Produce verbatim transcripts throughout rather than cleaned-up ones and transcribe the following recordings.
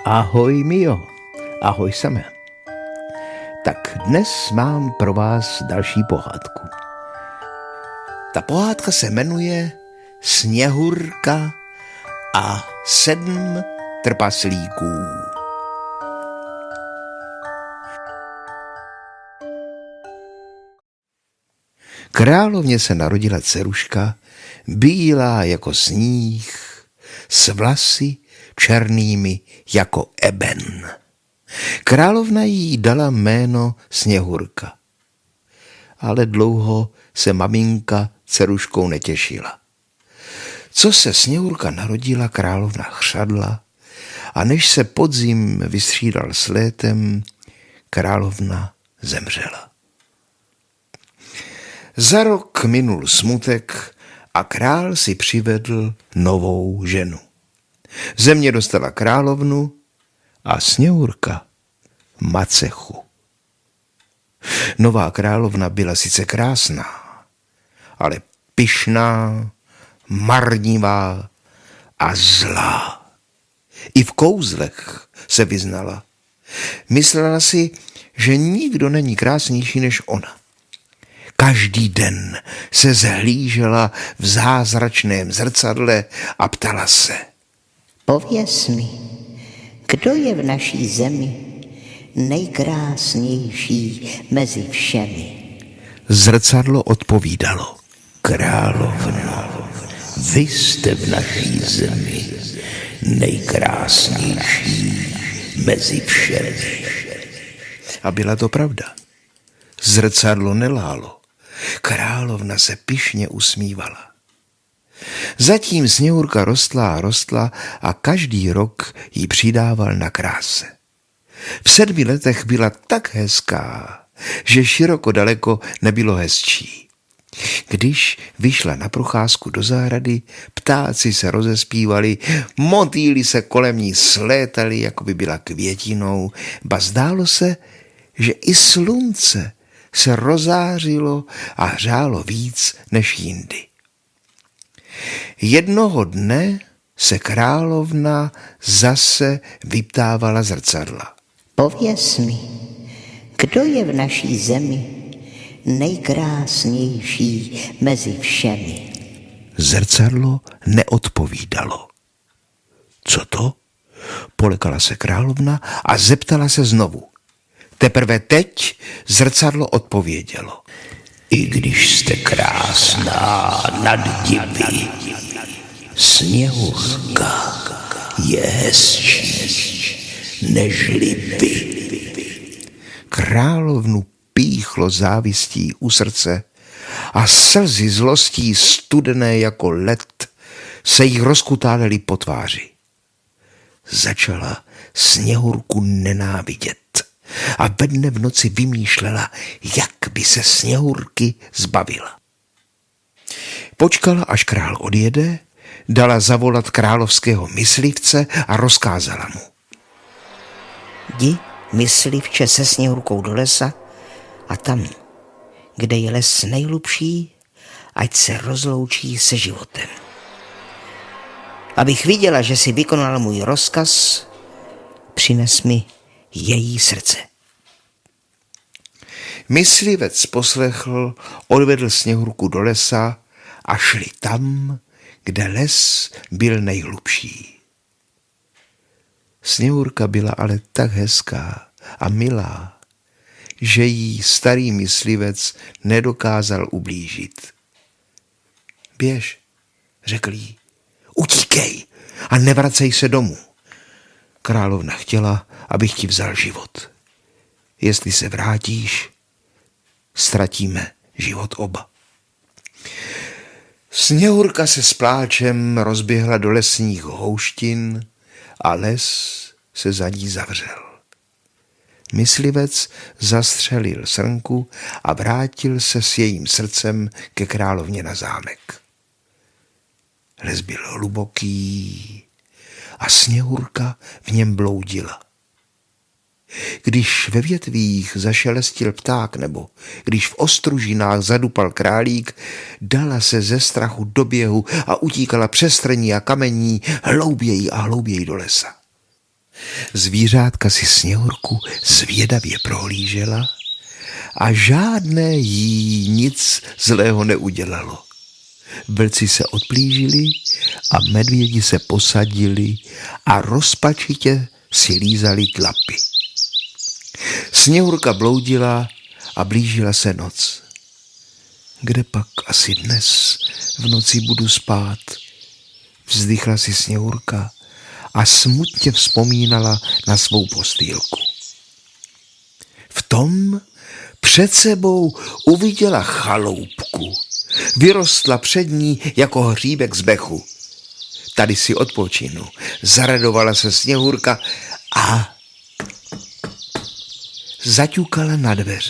Ahoj Mio, ahoj Same. Tak dnes mám pro vás další pohádku. Ta pohádka se jmenuje Sněhurka a sedm trpaslíků. Královně se narodila dceruška, bílá jako sníh, s vlasy černými jako eben. Královna jí dala jméno Sněhurka, ale dlouho se maminka dceruškou netěšila. Co se Sněhurka narodila, královna chřadla a než se podzim vystřídal s létem, královna zemřela. Za rok minul smutek a král si přivedl novou ženu. Země dostala královnu a Sněhurka macechu. Nová královna byla sice krásná, ale pyšná, marnivá a zlá. I v kouzlech se vyznala. Myslela si, že nikdo není krásnější než ona. Každý den se zhlížela v zázračném zrcadle a ptala se: Pověz mi, kdo je v naší zemi nejkrásnější mezi všemi? Zrcadlo odpovídalo: Královno, vy jste v naší zemi nejkrásnější mezi všemi. A byla to pravda. Zrcadlo nelálo. Královna se pyšně usmívala. Zatím Sněhurka rostla a rostla a každý rok jí přidával na kráse. V sedmi letech byla tak hezká, že široko daleko nebylo hezčí. Když vyšla na procházku do zahrady, ptáci se rozespívali, motýli se kolem ní slétali, jako by byla květinou, ba zdálo se, že i slunce se rozářilo a hřálo víc než jindy. Jednoho dne se královna zase vyptávala zrcadla. Pověz mi, kdo je v naší zemi nejkrásnější mezi všemi? Zrcadlo neodpovídalo. Co to? Polekala se královna a zeptala se znovu. Teprve teď zrcadlo odpovědělo. I když jste krásná nad divy, Sněhurka je hezčí nežli vy. Královnu píchlo závistí u srdce a slzy zlostí studené jako led se jí rozkutálely po tváři. Začala Sněhurku nenávidět a ve dne v noci vymýšlela, jak by se Sněhurky zbavila. Počkala, až král odjede, dala zavolat královského myslivce a rozkázala mu. Jdi, myslivče, se Sněhurkou do lesa a tam, kde je les nejhlubší, ať se rozloučí se životem. Abych viděla, že si vykonal můj rozkaz, přines mi její srdce. Myslivec poslechl, odvedl Sněhurku do lesa a šli tam, kde les byl nejhlubší. Sněhurka byla ale tak hezká a milá, že jí starý myslivec nedokázal ublížit. Běž, řekl jí, utíkej a nevracej se domů. Královna chtěla, abych ti vzal život. Jestli se vrátíš, ztratíme život oba. Sněhurka se s pláčem rozběhla do lesních houštin a les se za ní zavřel. Myslivec zastřelil srnku a vrátil se s jejím srdcem ke královně na zámek. Les byl hluboký a Sněhurka v něm bloudila. Když ve větvích zašelestil pták nebo když v ostružinách zadupal králík, dala se ze strachu do běhu a utíkala přes trní a kamení hlouběji a hlouběji do lesa. Zvířátka si Sněhurku zvědavě prohlížela a žádné jí nic zlého neudělalo. Vlci se odplížili a medvědi se posadili a rozpačitě si lízali tlapy. Sněhurka bloudila a blížila se noc. Kde pak asi dnes v noci budu spát? Vzdychla si Sněhurka a smutně vzpomínala na svou postýlku. V tom před sebou uviděla chaloupku. Vyrostla před ní jako hříbek z bechu. Tady si odpočinu, zaradovala se Sněhurka a zaťukala na dveře.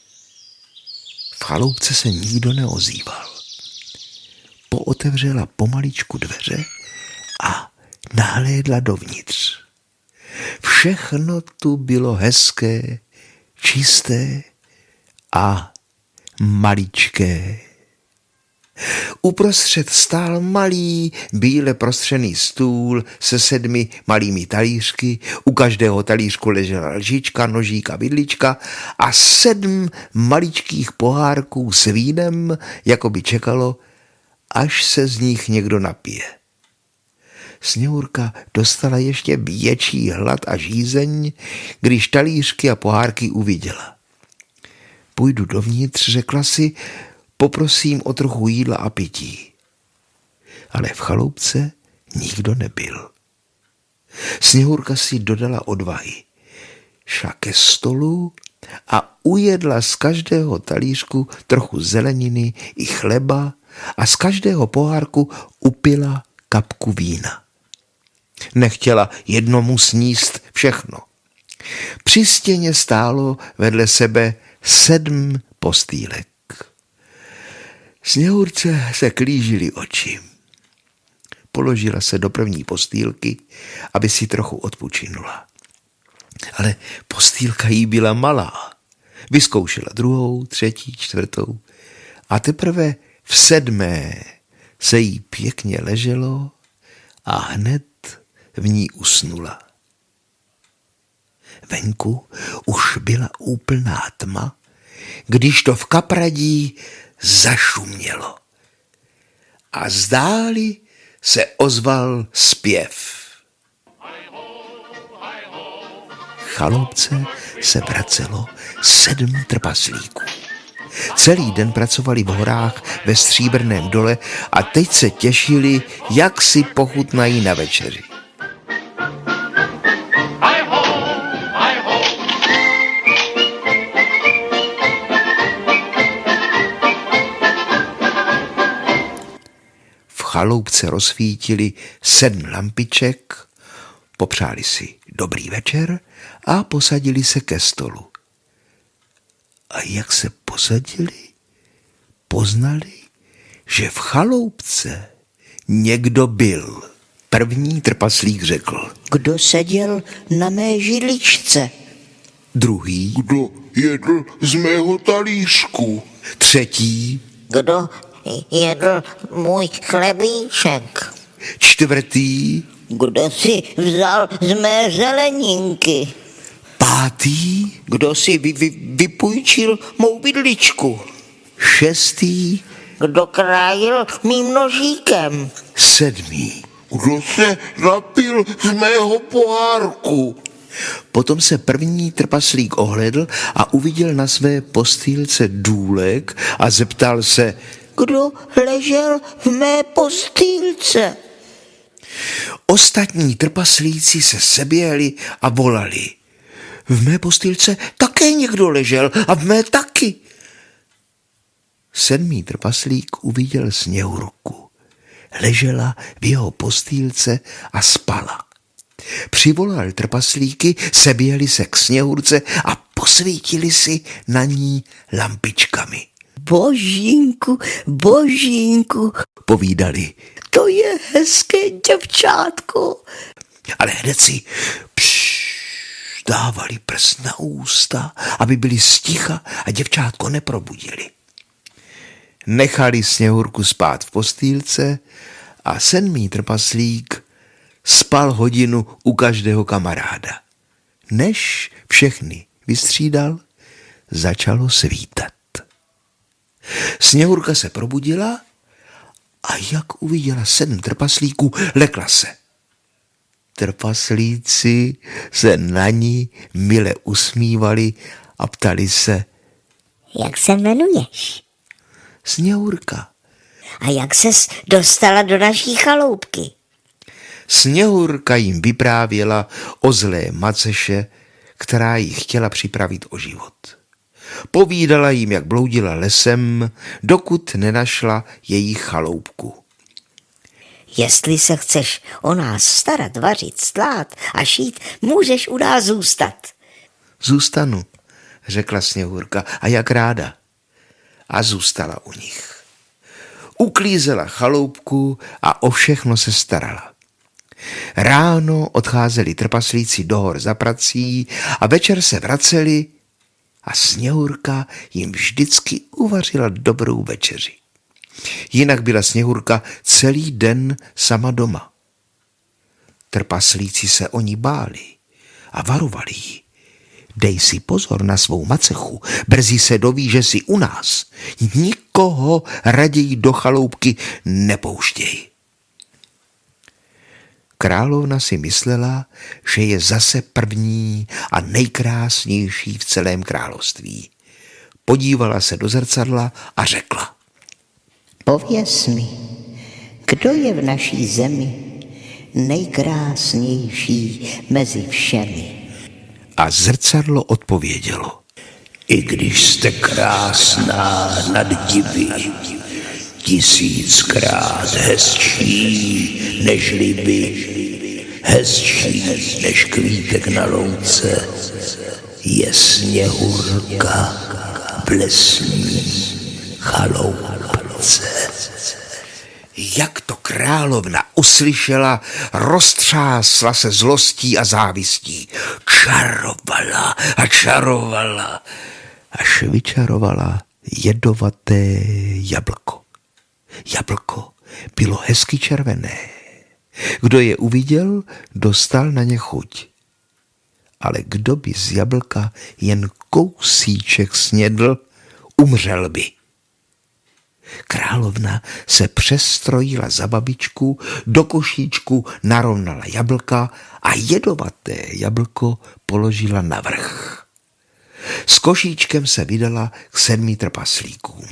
V chaloupce se nikdo neozýval. Pootevřela pomaličku dveře a nahlédla dovnitř. Všechno tu bylo hezké, čisté a maličké. Uprostřed stál malý, bíle prostřený stůl se sedmi malými talířky, u každého talířku ležela lžička, nožík a vidlička a sedm maličkých pohárků s vínem, jako by čekalo, až se z nich někdo napije. Sněhurka dostala ještě větší hlad a žízeň, když talířky a pohárky uviděla. Půjdu dovnitř, řekla si, poprosím o trochu jídla a pití. Ale v chaloupce nikdo nebyl. Sněhurka si dodala odvahy. Šla ke stolu a ujedla z každého talířku trochu zeleniny i chleba a z každého pohárku upila kapku vína. Nechtěla jednomu sníst všechno. Při stěně stálo vedle sebe sedm postýlek. Sněhurce se klížily oči. Položila se do první postýlky, aby si trochu odpočinula. Ale postýlka jí byla malá. Vyzkoušela druhou, třetí, čtvrtou a teprve v sedmé se jí pěkně leželo a hned v ní usnula. Venku už byla úplná tma, když to v kapradí zašumělo. A zdáli se ozval zpěv. Chaloupce se vracelo sedm trpaslíků. Celý den pracovali v horách ve Stříbrném dole a teď se těšili, jak si pochutnají na večeři. V chaloupce rozsvítili sedm lampiček, popřáli si dobrý večer a posadili se ke stolu. A jak se posadili, poznali, že v chaloupce někdo byl. První trpaslík řekl: Kdo seděl na mé židličce? Druhý: Kdo jedl z mého talířku? Třetí: Kdo jedl můj chlebíček? Čtvrtý: Kdo si vzal z mé zeleninky? Pátý: Kdo si vy, vy, vypůjčil mou vidličku? Šestý: Kdo krájel mým nožíkem? Sedmý: Kdo se napil z mého pohárku? Potom se první trpaslík ohlédl a uviděl na své postýlce důlek a zeptal se: Kdo ležel v mé postýlce? Ostatní trpaslíci se seběhli a volali: V mé postýlce také někdo ležel a v mé taky. Sedmý trpaslík uviděl Sněhurku. Ležela v jeho postýlce a spala. Přivolal trpaslíky, seběhli se k Sněhurce a posvítili si na ní lampičkami. Božínku, božínku, Povídali: to je hezké děvčátko. Ale hned si pš, dávali prst na ústa, aby byli sticha a děvčátko neprobudili. Nechali Sněhurku spát v postýlce a sedmý trpaslík Spal hodinu u každého kamaráda. Než všechny vystřídal, začalo svítat. Sněhurka se probudila a jak uviděla sedm trpaslíků, lekla se. Trpaslíci se na ní mile usmívali a ptali se: Jak se jmenuješ? Sněhurka. A jak ses dostala do naší chaloupky? Sněhurka jim vyprávěla o zlé maceše, která ji chtěla připravit o život. Povídala jim, jak bloudila lesem, dokud nenašla její chaloupku. Jestli se chceš o nás starat, vařit, stlát a šít, můžeš u nás zůstat. Zůstanu, řekla Sněhurka, a jak ráda. A zůstala u nich. Uklízela chaloupku a o všechno se starala. Ráno odcházeli trpaslíci do hor za prací a večer se vraceli a Sněhurka jim vždycky uvařila dobrou večeři. Jinak byla Sněhurka celý den sama doma. Trpaslíci se o ní báli a varovali ji. Dej si pozor na svou macechu, brzy se doví, že si u nás. Nikoho raději do chaloupky nepouštěj. Královna si myslela, že je zase první a nejkrásnější v celém království. Podívala se do zrcadla a řekla: Pověz mi, kdo je v naší zemi nejkrásnější mezi všemi? A zrcadlo odpovědělo: I když jste krásná nad divy, tisíckrát hezčí nežli by, hezčí než kvítek na louce, je Sněhurka v lesní chaloupce. Jak to královna uslyšela, roztřásla se zlostí a závistí. Čarovala a čarovala, až vyčarovala jedovaté jablko. Jablko bylo hezky červené. Kdo je uviděl, dostal na ně chuť. Ale kdo by z jablka jen kousíček snědl, umřel by. Královna se přestrojila za babičku, do košíčku narovnala jablka a jedovaté jablko položila na vrch. S košíčkem se vydala k sedmi trpaslíkům.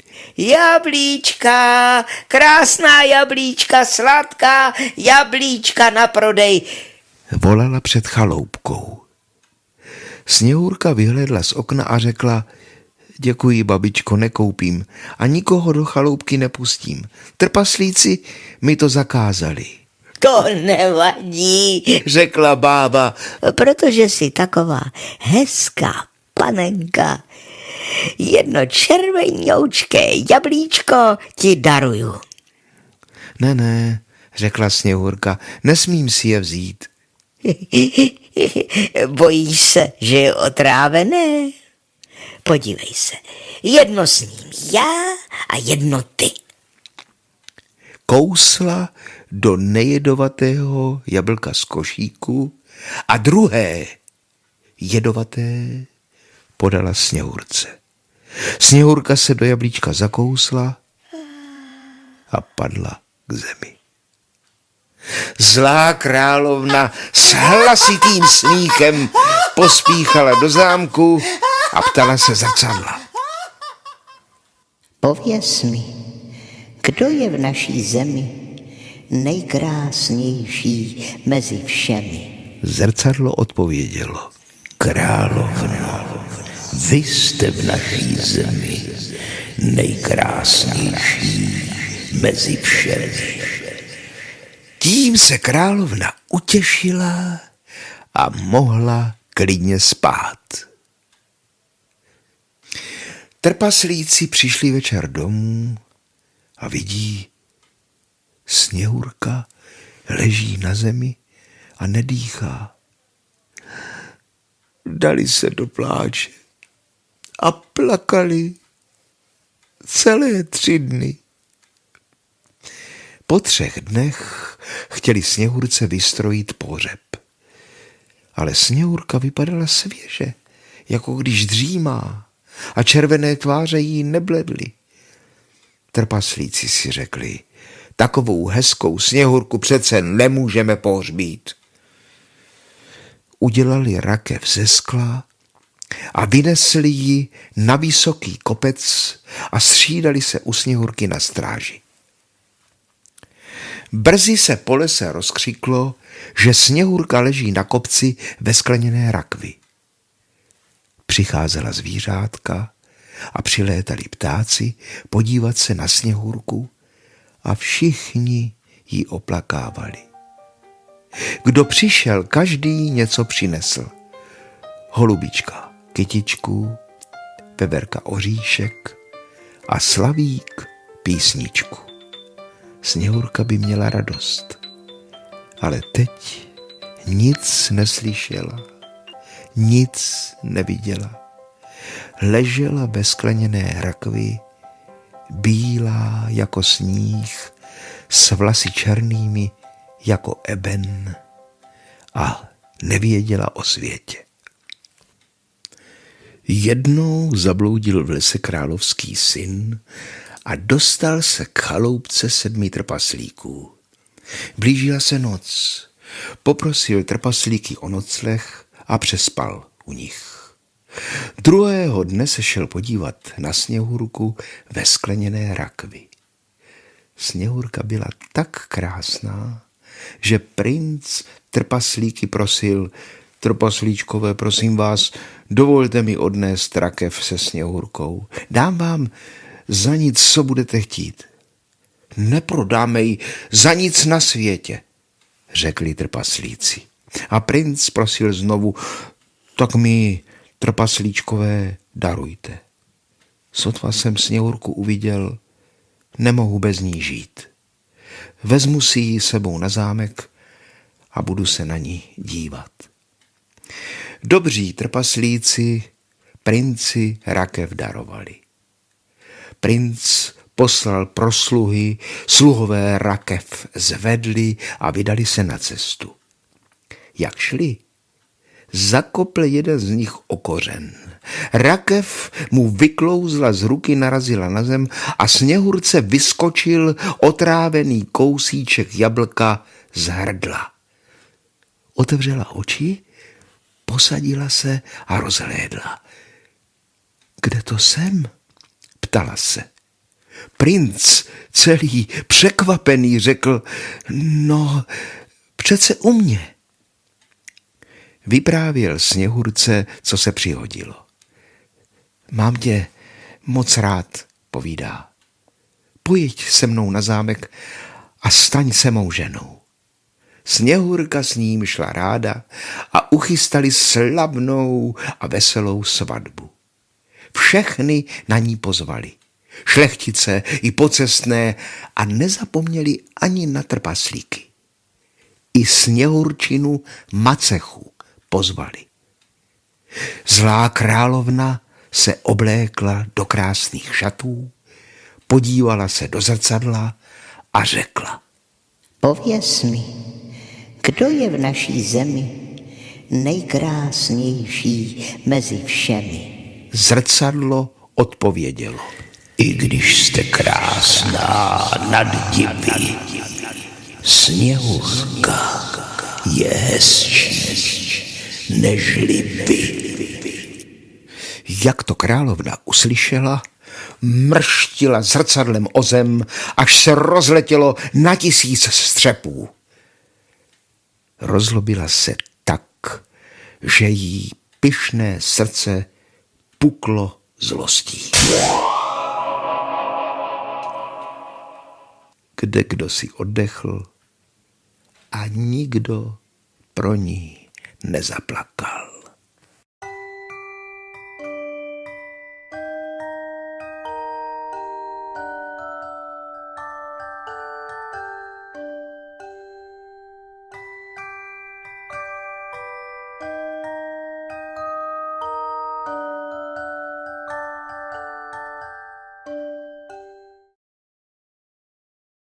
Jablíčka, krásná jablíčka, sladká jablíčka na prodej, volala před chaloupkou. Sněhurka vyhlédla z okna a řekla: Děkuji, babičko, nekoupím a nikoho do chaloupky nepustím. Trpaslíci mi to zakázali. To nevadí, Řekla bába. protože jsi taková hezká panenka. Jedno červenoučké jablíčko ti daruju. Ne, ne, řekla Sněhurka, nesmím si je vzít. Bojíš se, že je otrávené? Podívej se, jedno s ním já a jedno ty. Kousla do nejedovatého jablka z košíku a druhé jedovaté podala Sněhurce. Sněhurka se do jablíčka zakousla a padla k zemi. Zlá královna s hlasitým smíchem pospíchala do zámku a ptala se zrcadla. Pověz mi, kdo je v naší zemi nejkrásnější mezi všemi? Zrcadlo odpovědělo. Královno, vy jste v naší zemi nejkrásnější mezi všemi. Tím se královna utěšila a mohla klidně spát. Trpaslíci přišli večer domů a vidí, Sněhurka leží na zemi a nedýchá. Dali se do pláče a plakali celé tři dny. Po třech dnech chtěli Sněhurce vystrojit pohřeb. Ale Sněhurka vypadala svěže, jako když dřímá, a červené tváře jí nebledly. Trpaslíci si řekli, takovou hezkou Sněhurku přece nemůžeme pohřbít. Udělali rakev ze skla a vynesli ji na vysoký kopec a střídali se u Sněhurky na stráži. Brzy se po lese rozkřiklo, že Sněhurka leží na kopci ve skleněné rakvi. Přicházela zvířátka a přilétali ptáci podívat se na Sněhurku a všichni ji oplakávali. Kdo přišel, každý něco přinesl. Holubička kytičku, veverka oříšek a slavík písničku. Sněhurka by měla radost, ale teď nic neslyšela, nic neviděla. Ležela ve skleněné rakvi, bílá jako sníh, s vlasy černými jako eben a nevěděla o světě. Jednou zabloudil v lese královský syn a dostal se k chaloupce sedmi trpaslíků. Blížila se noc. Poprosil trpaslíky o nocleh a přespal u nich. Druhého dne se šel podívat na Sněhurku ve skleněné rakvi. Sněhurka byla tak krásná, že princ trpaslíky prosil: trpaslíčkové, prosím vás, dovolte mi odnést rakev se Sněhurkou. Dám vám za nic, co budete chtít. Neprodáme ji za nic na světě, řekli trpaslíci. A princ prosil znovu: tak mi, trpaslíčkové, darujte. Sotva jsem Sněhurku uviděl, nemohu bez ní žít. Vezmu si ji sebou na zámek a budu se na ní dívat. Dobří trpaslíci princi rakev darovali. Princ poslal prosluhy, sluhové rakev zvedli a vydali se na cestu. Jak šli, zakopl jeden z nich o kořen. Rakev mu vyklouzla z ruky, narazila na zem a Sněhurce vyskočil otrávený kousíček jablka z hrdla. Otevřela oči, posadila se a rozhlédla. Kde to jsem? Ptala se. Princ, celý překvapený, řekl: no, přece u mě. Vyprávěl Sněhurce, co se přihodilo. Mám tě moc rád, povídá. Pojď se mnou na zámek a staň se mou ženou. Sněhurka s ním šla ráda a uchystali slavnou a veselou svatbu. Všechny na ní pozvali. Šlechtice i pocestné a nezapomněli ani na trpaslíky. I Sněhurčinu macechu pozvali. Zlá královna se oblékla do krásných šatů, podívala se do zrcadla a řekla: Pověz mi, kdo je v naší zemi nejkrásnější mezi všemi? Zrcadlo odpovědělo: I když jste krásná nad divy, Sněhurka je hezčí nežli vy. Jak to královna uslyšela, mrštila zrcadlem o zem, až se rozletělo na tisíc střepů. Rozlobila se tak, že jí pyšné srdce puklo zlostí. Kde kdo si oddechl a nikdo pro ní nezaplakal.